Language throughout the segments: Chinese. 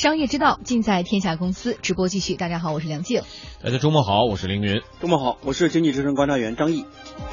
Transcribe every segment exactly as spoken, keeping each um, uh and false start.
商业之道尽在天下公司，直播继续。大家好，我是梁静。 大家周末好，我是凌云。 周末好，我是经济之声观察员张毅。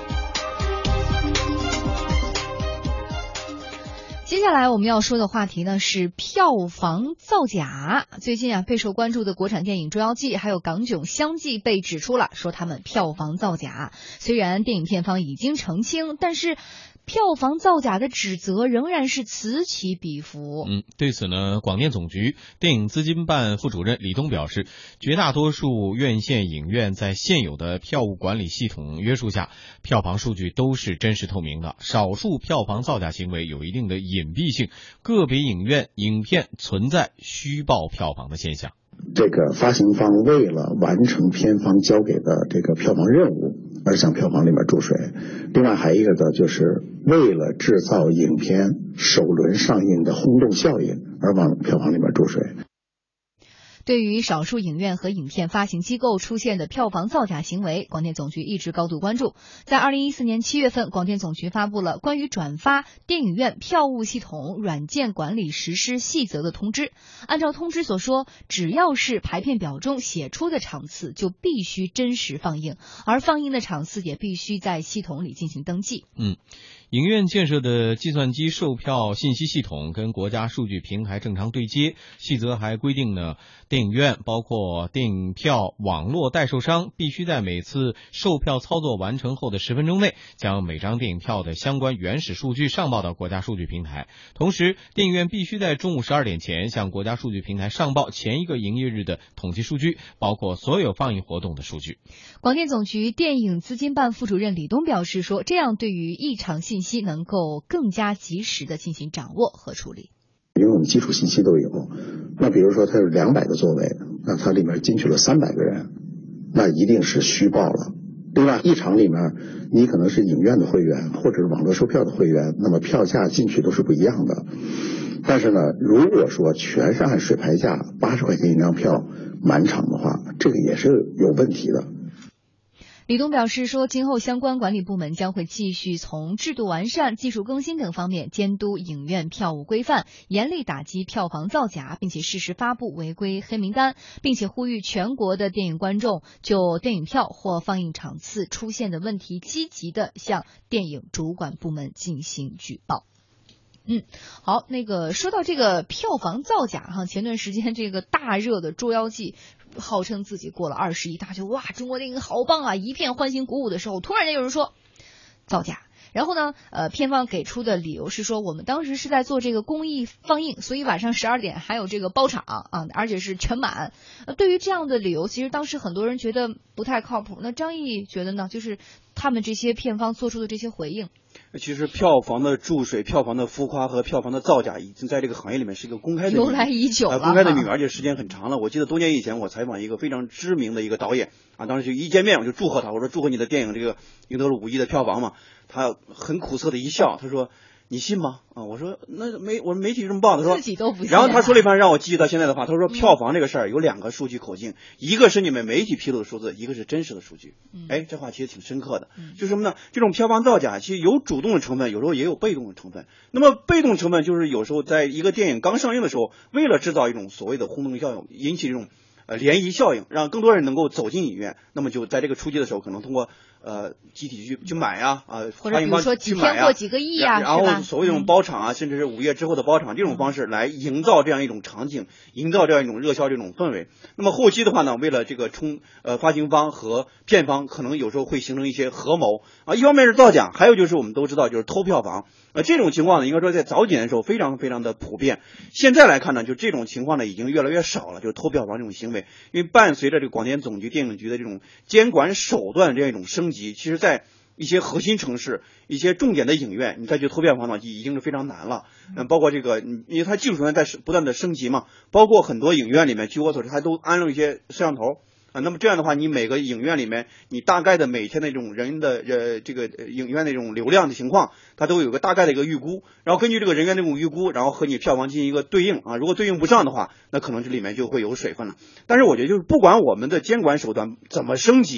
接下来我们要说的话题呢是票房造假。最近啊，备受关注的国产电影《捉妖记》还有《港囧》相继被指出了，说他们票房造假。虽然电影片方已经澄清，但是票房造假的指责仍然是此起彼伏。 嗯，对此呢，广电总局电影资金办副主任李东表示，绝大多数院线影院在现有的票务管理系统约束下，票房数据都是真实透明的，少数票房造假行为有一定的隐蔽性，个别影院影片存在虚报票房的现象。 这个发行方为了完成片方交给的这个票房任务而向票房里面注水，另外还有一个呢，就是为了制造影片首轮上映的轰动效应而往票房里面注水。 对于少数影院和影片发行机构出现的票房造假行为，广电总局一直高度关注。在二零一四年七月份，广电总局发布了关于转发电影院票务系统软件管理实施细则的通知。按照通知所说，只要是排片表中写出的场次，就必须真实放映，而放映的场次也必须在系统里进行登记。 嗯。影院建设的计算机售票信息系统跟国家数据平台正常对接，细则还规定呢，电影院包括电影票网络代售商必须在每次售票操作完成后的十分钟内，将每张电影票的相关原始数据上报到国家数据平台。同时，电影院必须在中午十二点前向国家数据平台上报前一个营业日的统计数据，包括所有放映活动的数据。 广电总局电影资金办副主任李东表示说，这样对于异常信息信息能够更加及时的进行掌握和处理。 因为我们基础信息都有，那比如说它有两百个座位，那它里面进去了三百个人，那一定是虚报了。另外一场里面你可能是影院的会员或者是网络售票的会员，那么票价进去都是不一样的。但是呢，如果说全是按水牌价八十块钱一张票满场的话，这个也是有问题的。 李东表示说，今后相关管理部门将会继续从制度完善、技术更新等方面监督影院票务规范，严厉打击票房造假，并且适时发布违规黑名单，并且呼吁全国的电影观众就电影票或放映场次出现的问题积极的向电影主管部门进行举报。嗯，好，那个说到这个票房造假哈，前段时间这个大热的《捉妖记》，号称自己过了二十亿，大家就哇，中国电影好棒啊，一片欢欣鼓舞的时候，突然间有人说造假。然后呢，呃，片方给出的理由是说，我们当时是在做这个公益放映，所以晚上十二点还有这个包场啊，而且是全满。呃，对于这样的理由，其实当时很多人觉得不太靠谱。那张毅觉得呢？就是他们这些片方做出的这些回应。 其实票房的注水、票房的浮夸和票房的造假，已经在这个行业里面是一个公开的由来已久了、 呃，公开的秘密，而且时间很长了。我记得多年以前，我采访一个非常知名的一个导演啊，当时就一见面我就祝贺他，我说祝贺你的电影这个赢得了五亿的票房嘛。他很苦涩的一笑，他说：“你信吗？”啊，我说那媒我们媒体这么报的，说自己都不信。 然后他说了一番让我记忆到现在的话，他说票房这个事儿有两个数据口径，一个是你们媒体披露的数字，一个是真实的数据。哎，这话其实挺深刻的。就是什么呢？这种票房造假其实有主动的成分，有时候也有被动的成分。那么被动成分就是有时候在一个电影刚上映的时候，为了制造一种所谓的轰动效应，引起这种呃涟漪效应，让更多人能够走进影院，那么就在这个初期的时候，可能通过呃集体去去买呀啊， 或者比如说几天过几个亿啊， 然后所谓这种包场啊，嗯、甚至是午夜之后的包场这种方式来营造这样一种场景，营造这样一种热销这种氛围。那么后期的话呢，为了这个冲呃发行方和片方可能有时候会形成一些合谋啊，一方面是造假，还有就是我们都知道就是偷票房。呃，这种情况呢，应该说在早几年的时候非常非常的普遍。现在来看呢，就这种情况呢已经越来越少了，就是偷票房这种行为。因为伴随着这个广电总局电影局的这种监管手段这样一种升级，其实在一些核心城市、一些重点的影院，你再去偷票房呢，已经是非常难了。嗯，包括这个，因为它技术手段在不断的升级嘛，包括很多影院里面，据我所知，还都安了一些摄像头。啊，那么这样的话，你每个影院里面，你大概的每天的这种人的呃这个影院的这种流量的情况，它都有个大概的一个预估，然后根据这个人员这种预估，然后和你票房进行一个对应啊，如果对应不上的话，那可能这里面就会有水分了。但是我觉得就是不管我们的监管手段怎么升级，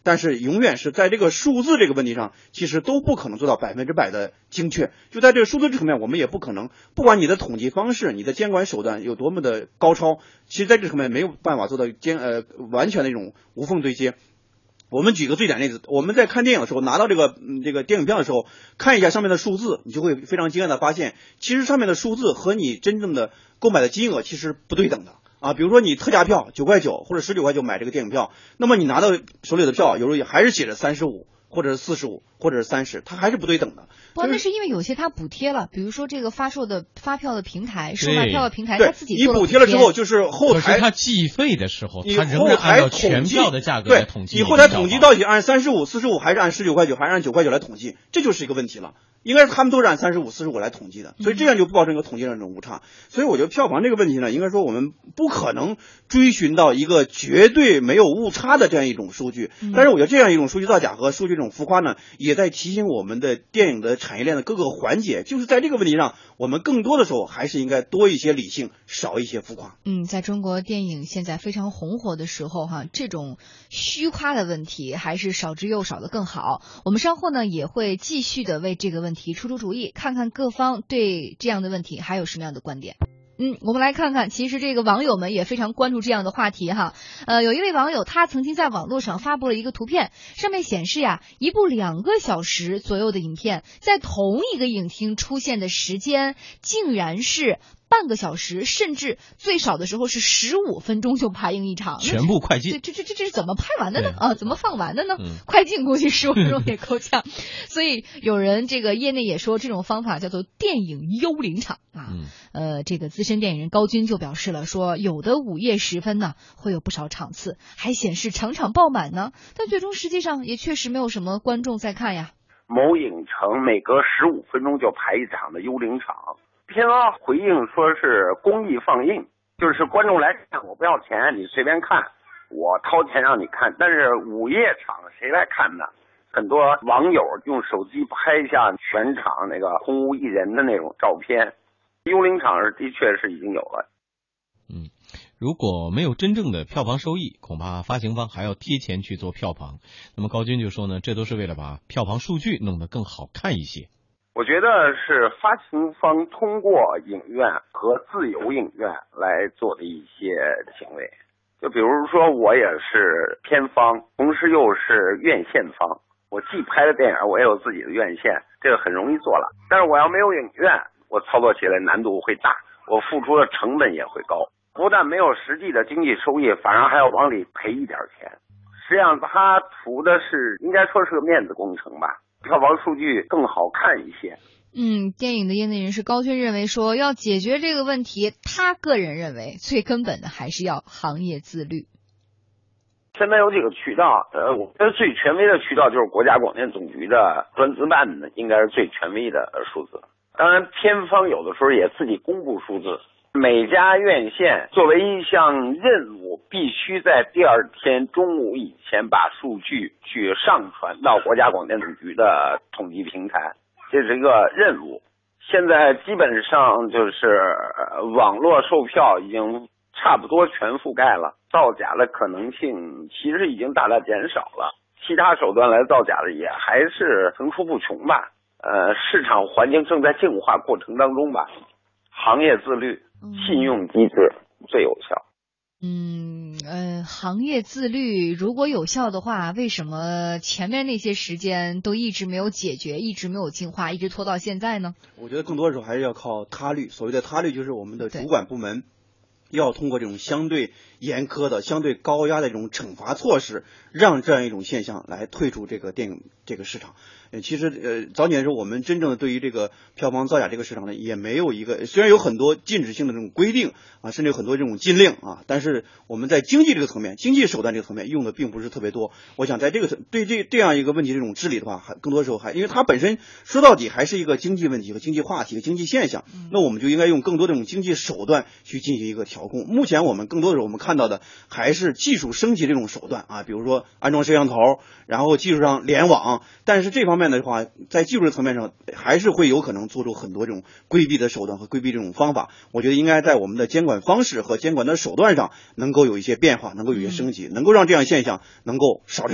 但是永远是在这个数字这个问题上，其实都不可能做到百分之百的精确。就在这个数字这层面，我们也不可能，不管你的统计方式、你的监管手段有多么的高超，其实在这层面没有办法做到监呃完全的一种无缝对接。我们举个最简单例子，我们在看电影的时候，拿到这个嗯这个电影票的时候，看一下上面的数字，你就会非常惊讶的发现，其实上面的数字和你真正的购买的金额其实不对等的啊。比如说你特价票九块九或者十九块九买这个电影票，那么你拿到手里的票，有时候也还是写着三十五。或者是四十五，或者是三十，它还是不对等的。 不，那是因为有些它补贴了，比如说这个发售的发票的平台、售卖票的平台，它自己做了补贴了之后，就是后台， 可是它计费的时候，它仍然按照全票的价格来统计。 你后台统计到底按三十五、四十五，还是按十九块九，还是按九块九来统计，这就是一个问题了。应该是他们都是按三十五、四十五来统计的，所以这样就不造成一个统计上这种误差。所以我觉得票房这个问题呢，应该说我们不可能追寻到一个绝对没有误差的这样一种数据。但是我觉得这样一种数据造假和数据这种浮夸呢，也在提醒我们的电影的产业链的各个环节，就是在这个问题上，我们更多的时候还是应该多一些理性，少一些浮夸。 嗯，在中国电影现在非常红火的时候哈，这种虚夸的问题还是少之又少的更好。我们稍后呢也会继续的为这个问题出出主意，看看各方对这样的问题还有什么样的观点。嗯，我们来看看，其实这个网友们也非常关注这样的话题哈。呃，有一位网友他曾经在网络上发布了一个图片，上面显示呀，一部两个小时左右的影片，在同一个影厅出现的时间竟然是半个小时，甚至最少的时候是十五分钟就排映一场， 全部快进。 这这这这是怎么拍完的呢？啊，怎么放完的呢？嗯、快进估计十五分钟也够呛。所以有人这个业内也说，这种方法叫做电影幽灵场啊。嗯、呃，这个资深电影人高军就表示了，说有的午夜时分呢会有不少场次，还显示场场爆满呢，但最终实际上也确实没有什么观众在看呀。 某影城每隔十五分钟就排一场的幽灵场。片方回应说是公益放映，就是观众来看我不要钱，你随便看，我掏钱让你看。但是午夜场谁来看呢？很多网友用手机拍下全场那个空无一人的那种照片。幽灵场是的确是已经有了。 嗯，如果没有真正的票房收益，恐怕发行方还要贴钱去做票房。那么高军就说呢，这都是为了把票房数据弄得更好看一些。 我觉得是发行方通过影院和自由影院来做的一些行为。就比如说我也是片方，同时又是院线方，我既拍了电影，我也有自己的院线，这个很容易做了。但是我要没有影院，我操作起来难度会大，我付出的成本也会高，不但没有实际的经济收益，反而还要往里赔一点钱。实际上他图的是应该说是个面子工程吧，票房数据更好看一些。 嗯，电影的业内人士高军认为说，要解决这个问题，他个人认为最根本的还是要行业自律。 现在有几个渠道，呃，我觉得最权威的渠道就是国家广电总局的专资办的，应该是最权威的数字。当然，片方有的时候也自己公布数字。每家院线作为一项任务，必须在第二天中午以前把数据去上传到国家广电总局的统计平台，这是一个任务。现在基本上就是网络售票已经差不多全覆盖了，造假的可能性其实已经大大减少了，其他手段来造假的也还是层出不穷吧。呃，市场环境正在净化过程当中吧，行业自律、信用机制最有效。 嗯，呃，行业自律如果有效的话，为什么前面那些时间都一直没有解决，一直没有净化，一直拖到现在呢？ 我觉得更多的时候还是要靠他律。所谓的他律，就是我们的主管部门要通过这种相对严苛的、相对高压的这种惩罚措施，让这样一种现象来退出这个电影这个市场。呃，其实呃，早几年的时候，我们真正的对于这个票房造假这个市场呢，也没有一个，虽然有很多禁止性的这种规定啊，甚至有很多这种禁令啊，但是我们在经济这个层面、经济手段这个层面用的并不是特别多。我想在这个对这这样一个问题这种治理的话，还更多时候还因为它本身说到底还是一个经济问题和经济话题、和经济现象，那我们就应该用更多这种经济手段去进行一个调控。目前我们更多的时候我们看到的还是技术升级这种手段啊，比如说安装摄像头，然后技术上联网，但是这方面的话，在技术的层面上还是会有可能做出很多这种规避的手段和规避这种方法。我觉得应该在我们的监管方式和监管的手段上能够有一些变化，能够有一些升级，能够让这样现象能够少之又少。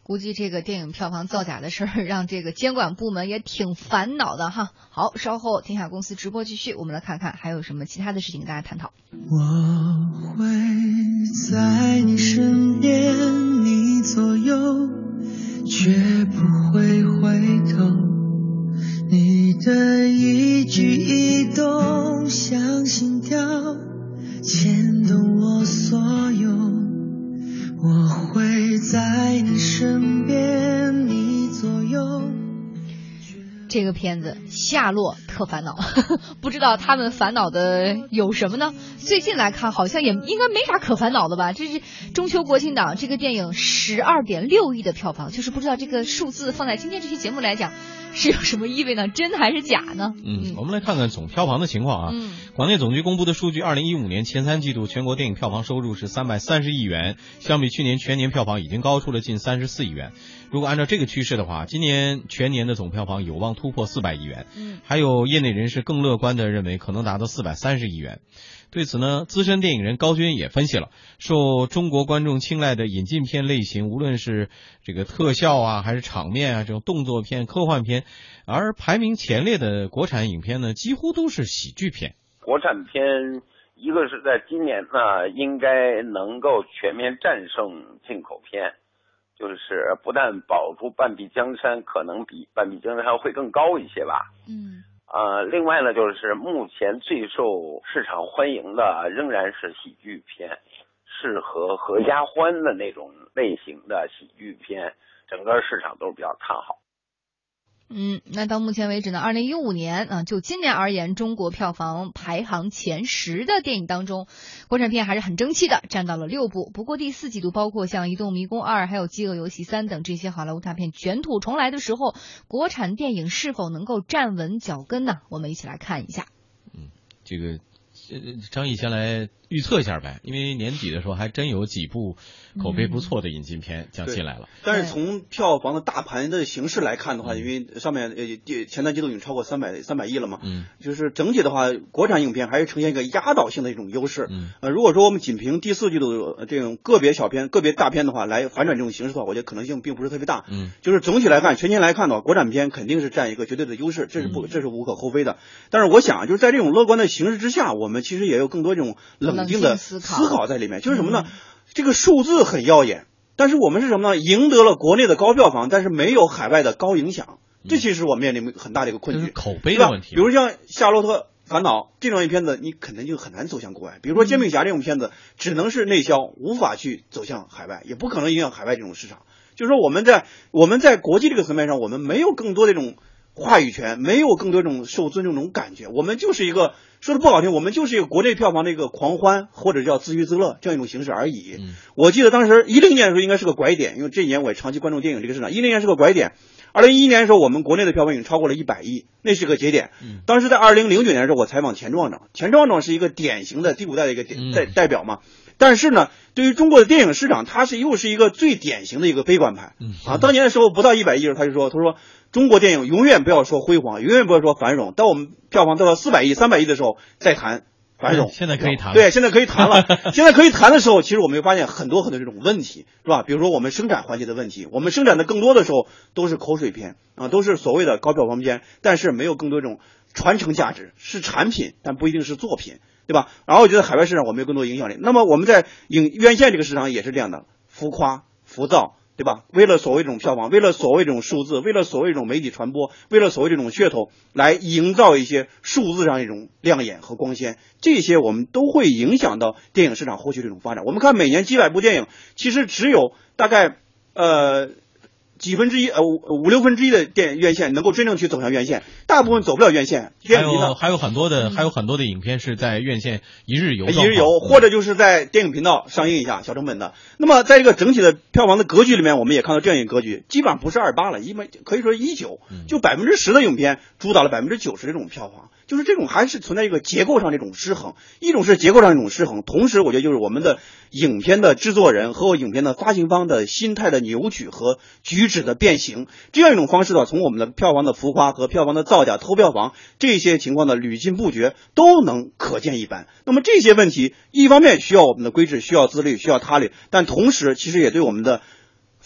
估计这个电影票房造假的事儿，让这个监管部门也挺烦恼的哈。好，稍后天下公司直播继续，我们来看看还有什么其他的事情跟大家探讨。 我会在你身边，你左右，绝不会回头。你的一举一动像心跳，牵动我所有。我会在你身边，你左右。 这个片子夏洛特烦恼，不知道他们烦恼的有什么呢？最近来看好像也应该没啥可烦恼的吧。这是中秋国庆档，这个电影十二点六亿的票房，就是不知道这个数字放在今天这期节目来讲是有什么意味呢？真还是假呢？ 嗯，我们来看看总票房的情况啊。 嗯， 广电总局公布的数据，二零一五年前三季度全国电影票房收入是三百三十亿元，相比去年全年票房已经高出了近三十四亿元。如果按照这个趋势的话，今年全年的总票房有望突破四百亿元。 嗯， 还有业内人士更乐观的认为可能达到四百三十亿元。对此呢，资深电影人高军也分析了，受中国观众青睐的引进片类型，无论是这个特效啊，还是场面啊，这种动作片、科幻片，而排名前列的国产影片呢，几乎都是喜剧片。 国产片一个是在今年呢，应该能够全面战胜进口片，就是不但保住半壁江山，可能比半壁江山会更高一些吧。 嗯。 呃，另外呢，就是目前最受市场欢迎的仍然是喜剧片，适合合家欢的那种类型的喜剧片，整个市场都是比较看好。 嗯，那到目前为止呢，二零一五年啊，就今年而言，中国票房排行前十的电影当中，国产片还是很争气的，占到了六部。不过第四季度，包括像《移动迷宫二》还有《饥饿游戏三》等这些好莱坞大片卷土重来的时候，国产电影是否能够站稳脚跟呢？我们一起来看一下。 嗯，这个张毅先来预测一下呗，因为年底的时候还真有几部口碑不错的引进片将进来了。 嗯、但是从票房的大盘的形式来看的话，因为上面呃前三季度已经超过三百三百亿了嘛， 嗯， 就是整体的话，国产影片还是呈现一个压倒性的一种优势。 嗯，呃， 如果说我们仅凭第四季度的这种个别小片、个别大片的话来反转这种形势的话，我觉得可能性并不是特别大。 嗯， 就是总体来看，全年来看的话，国产片肯定是占一个绝对的优势，这是不这是无可厚非的。但是我想，就是在这种乐观的形势之下，我们其实也有更多这种冷静的思考。思考在里面，就是什么呢？嗯、这个数字很耀眼，但是我们是什么呢？赢得了国内的高票房，但是没有海外的高影响，这其实我们面临很大的一个困局， 就是口碑的问题。 比如像《夏洛特烦恼》这种片子，你肯定就很难走向国外。比如说《煎饼侠》这种片子，只能是内销，无法去走向海外，也不可能影响海外这种市场。就是说，我们在我们在国际这个层面上，我们没有更多的这种话语权，没有更多这种受尊重这种感觉，我们就是一个。说的不好听，我们就是一个国内票房的一个狂欢，或者叫自娱自乐这样一种形式而已。 嗯、 我记得当时一零年的时候应该是个拐点，因为这一年我也长期关注电影这个市场。一零年是个拐点，二零一一年的时候我们国内的票房已经超过了一百亿，那是个节点。 嗯、 当时在二零零九年的时候，我采访钱壮壮，钱壮壮是一个典型的第五代的一个代代表嘛。但是呢，对于中国的电影市场，它是又是一个最典型的一个悲观派。 嗯、 啊，当年的时候不到一百亿的时候，他就说，他说中国电影永远不要说辉煌，永远不要说繁荣，当我们票房到了四百亿、三百亿的时候再谈繁荣。 现在可以谈了。 对，现在可以谈了。现在可以谈的时候，其实我们会发现很多很多这种问题，是吧？比如说我们生产环节的问题，我们生产的更多的时候都是口水片啊，都是所谓的高票房片，但是没有更多这种传承价值，是产品，但不一定是作品，对吧？然后我觉得海外市场我们有更多影响力。那么我们在影院线这个市场也是这样的，浮夸、浮躁。对吧？为了所谓这种票房，为了所谓这种数字，为了所谓这种媒体传播，为了所谓这种噱头，来营造一些数字上一种亮眼和光鲜，这些我们都会影响到电影市场后续这种发展。我们看每年几百部电影，其实只有大概呃几分之一呃五五六分之一的电影院线能够真正去走向院线，大部分走不了院线。 还有还有很多的、嗯、还有很多的影片是在院线一日游， 一日游，或者就是在电影频道上映一下，小成本的。那么在这个整体的票房的格局里面，我们也看到这样一个格局，基本上不是二八了，一般可以说一九，就百分之十的影片主导了百分之九十的这种票房。就是这种还是存在一个结构上这种失衡，一种是结构上这种失衡，同时我觉得就是我们的影片的制作人和影片的发行方的心态的扭曲和举止的变形，这样一种方式的话，从我们的票房的浮夸和票房的造假、偷票房这些情况的屡禁不绝都能可见一斑。那么这些问题，一方面需要我们的规制，需要自律，需要他律，但同时其实也对我们的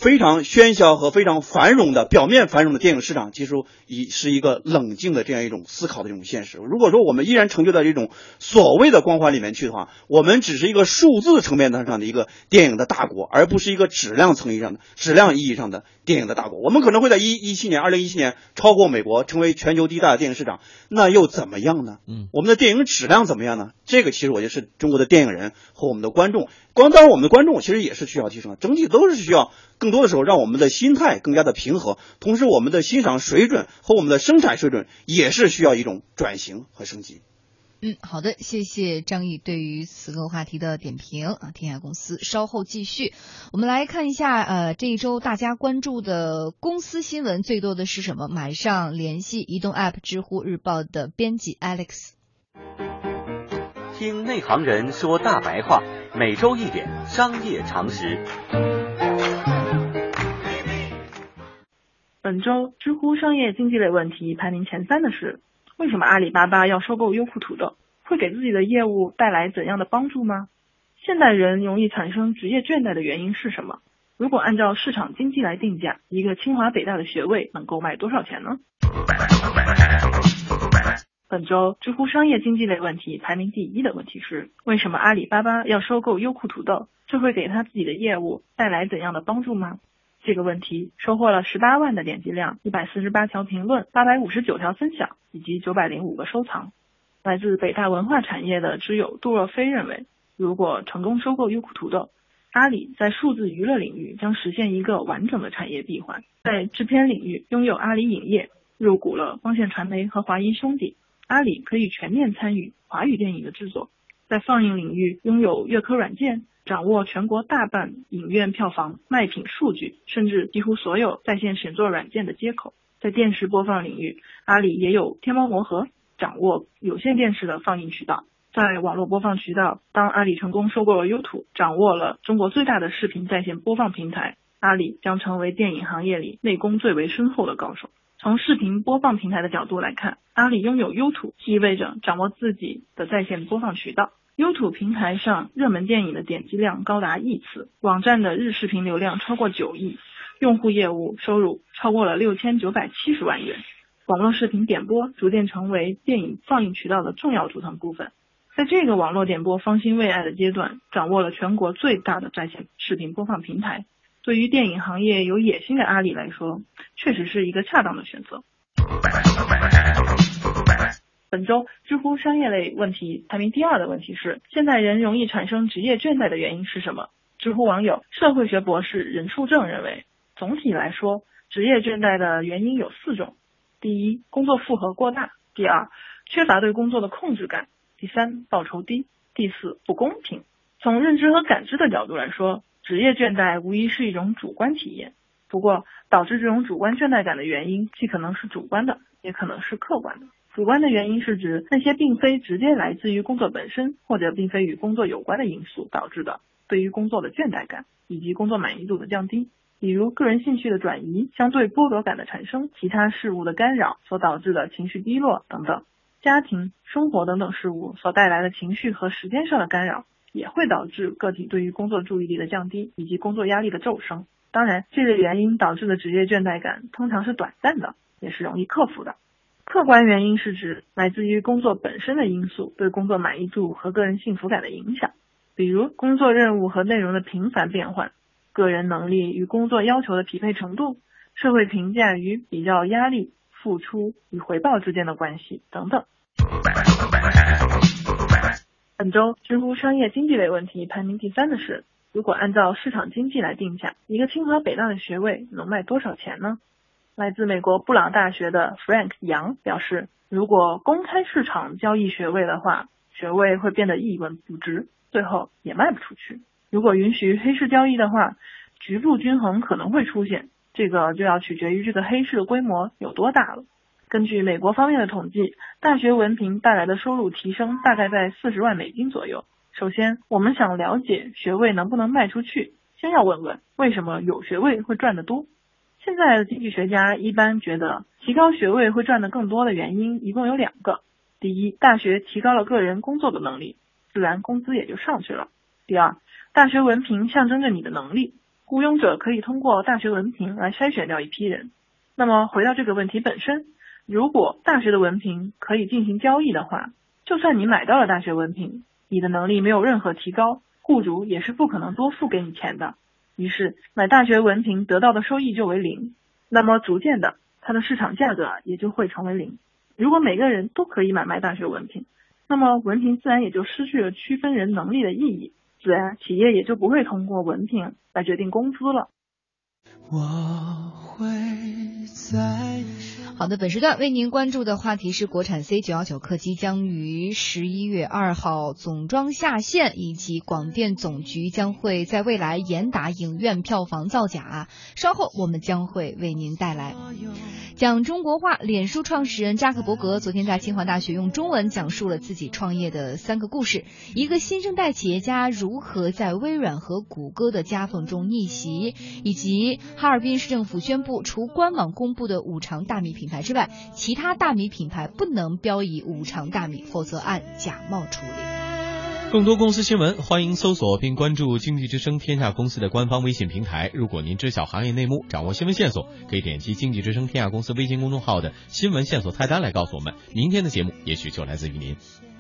非常喧嚣和非常繁荣的表面繁荣的电影市场，其实已是一个冷静的这样一种思考的这种现实。如果说我们依然成就在这种所谓的光环里面去的话，我们只是一个数字层面上的一个电影的大国，而不是一个质量层面上的质量意义上的电影的大国。我们可能会在一一七年二零一七年超过美国，成为全球第一大的电影市场，那又怎么样呢？嗯，我们的电影质量怎么样呢？这个其实我觉得是中国的电影人和我们的观众，光当然我们的观众其实也是需要提升，整体都是需要更多的时候让我们的心态更加的平和，同时我们的欣赏水准和我们的生产水准也是需要一种转型和升级。 嗯，好的，谢谢张毅对于此个话题的点评啊。天下公司稍后继续，我们来看一下，呃，这一周大家关注的公司新闻最多的是什么？马上联系移动 App 知乎日报的编辑 Alex。 听内行人说大白话，每周一点商业常识。 本周知乎商业经济类问题排名前三的是：为什么阿里巴巴要收购优酷土豆？会给自己的业务带来怎样的帮助吗？现代人容易产生职业倦怠的原因是什么？如果按照市场经济来定价，一个清华北大的学位能够卖多少钱呢？本周知乎商业经济类问题排名第一的问题是：为什么阿里巴巴要收购优酷土豆？这会给他自己的业务带来怎样的帮助吗？这个问题收获了十八万的点击量，一百四十八条评论，八百五十九条分享以及九百零五个收藏。来自北大文化产业的知友杜若飞认为，如果成功收购优酷土豆，阿里在数字娱乐领域将实现一个完整的产业闭环。在制片领域拥有阿里影业，入股了光线传媒和华谊兄弟，阿里可以全面参与华语电影的制作。在放映领域拥有乐科软件，掌握全国大半影院票房、卖品数据，甚至几乎所有在线选作软件的接口。在电视播放领域，阿里也有天猫魔盒，掌握有线电视的放映渠道。在网络播放渠道，当阿里成功收购了优土，掌握了中国最大的视频在线播放平台，阿里将成为电影行业里内功最为深厚的高手。从视频播放平台的角度来看，阿里拥有优土，意味着掌握自己的在线播放渠道。优土平台上热门电影的点击量高达亿次，网站的日视频流量超过九亿，用户业务收入超过了六千九百七十万元。网络视频点播逐渐成为电影放映渠道的重要组成部分。在这个网络点播方兴未艾的阶段，掌握了全国最大的在线视频播放平台，对于电影行业有野心的阿里来说，确实是一个恰当的选择。本周知乎商业类问题排名第二的问题是：现代人容易产生职业倦怠的原因是什么？知乎网友社会学博士任树正认为，总体来说，职业倦怠的原因有四种。第一，工作负荷过大；第二，缺乏对工作的控制感；第三，报酬低；第四，不公平。从认知和感知的角度来说，职业倦怠无疑是一种主观体验。不过，导致这种主观倦怠感的原因，既可能是主观的，也可能是客观的。主观的原因是指那些并非直接来自于工作本身，或者并非与工作有关的因素导致的对于工作的倦怠感，以及工作满意度的降低。比如个人兴趣的转移、相对剥夺感的产生、其他事物的干扰所导致的情绪低落等等。家庭、生活等等事物所带来的情绪和时间上的干扰，也会导致个体对于工作注意力的降低以及工作压力的骤升。当然，这类原因导致的职业倦怠感通常是短暂的，也是容易克服的。客观原因是指来自于工作本身的因素对工作满意度和个人幸福感的影响，比如工作任务和内容的频繁变换，个人能力与工作要求的匹配程度，社会评价与比较压力、付出与回报之间的关系等等。本周知乎商业经济类问题排名第三的是：如果按照市场经济来定价，一个清华北大的学位能卖多少钱呢？来自美国布朗大学的 Frank 杨表示，如果公开市场交易学位的话，学位会变得一文不值，最后也卖不出去。如果允许黑市交易的话，局部均衡可能会出现，这个就要取决于这个黑市的规模有多大了。根据美国方面的统计，大学文凭带来的收入提升大概在四十万美金左右。首先，我们想了解学位能不能卖出去，先要问问为什么有学位会赚得多。现在的经济学家一般觉得提高学位会赚得更多的原因一共有两个。第一，大学提高了个人工作的能力，自然工资也就上去了。第二，大学文凭象征着你的能力， 雇佣者可以通过大学文凭来筛选掉一批人。那么回到这个问题本身，如果大学的文凭可以进行交易的话，就算你买到了大学文凭，你的能力没有任何提高，雇主也是不可能多付给你钱的。于是买大学文凭得到的收益就为零，那么逐渐的它的市场价格也就会成为零。如果每个人都可以买卖大学文凭，那么文凭自然也就失去了区分人能力的意义，自然企业也就不会通过文凭来决定工资了。 我会在好的，本时段为您关注的话题是国产 C 九一九 客机将于十一月二号总装下线，以及广电总局将会在未来严打影院票房造假。稍后我们将会为您带来讲中国话。脸书创始人扎克伯格昨天在清华大学用中文讲述了自己创业的三个故事，一个新生代企业家如何在微软和谷歌的夹缝中逆袭，以及哈尔滨市政府宣布除官网公布的五常大米品牌之外，其他大米品牌不能标以五常大米，否则按假冒处理。 更多公司新闻，欢迎搜索并关注经济之声天下公司的官方微信平台。如果您知晓行业内幕，掌握新闻线索，可以点击经济之声天下公司微信公众号的新闻线索菜单来告诉我们。明天的节目也许就来自于您。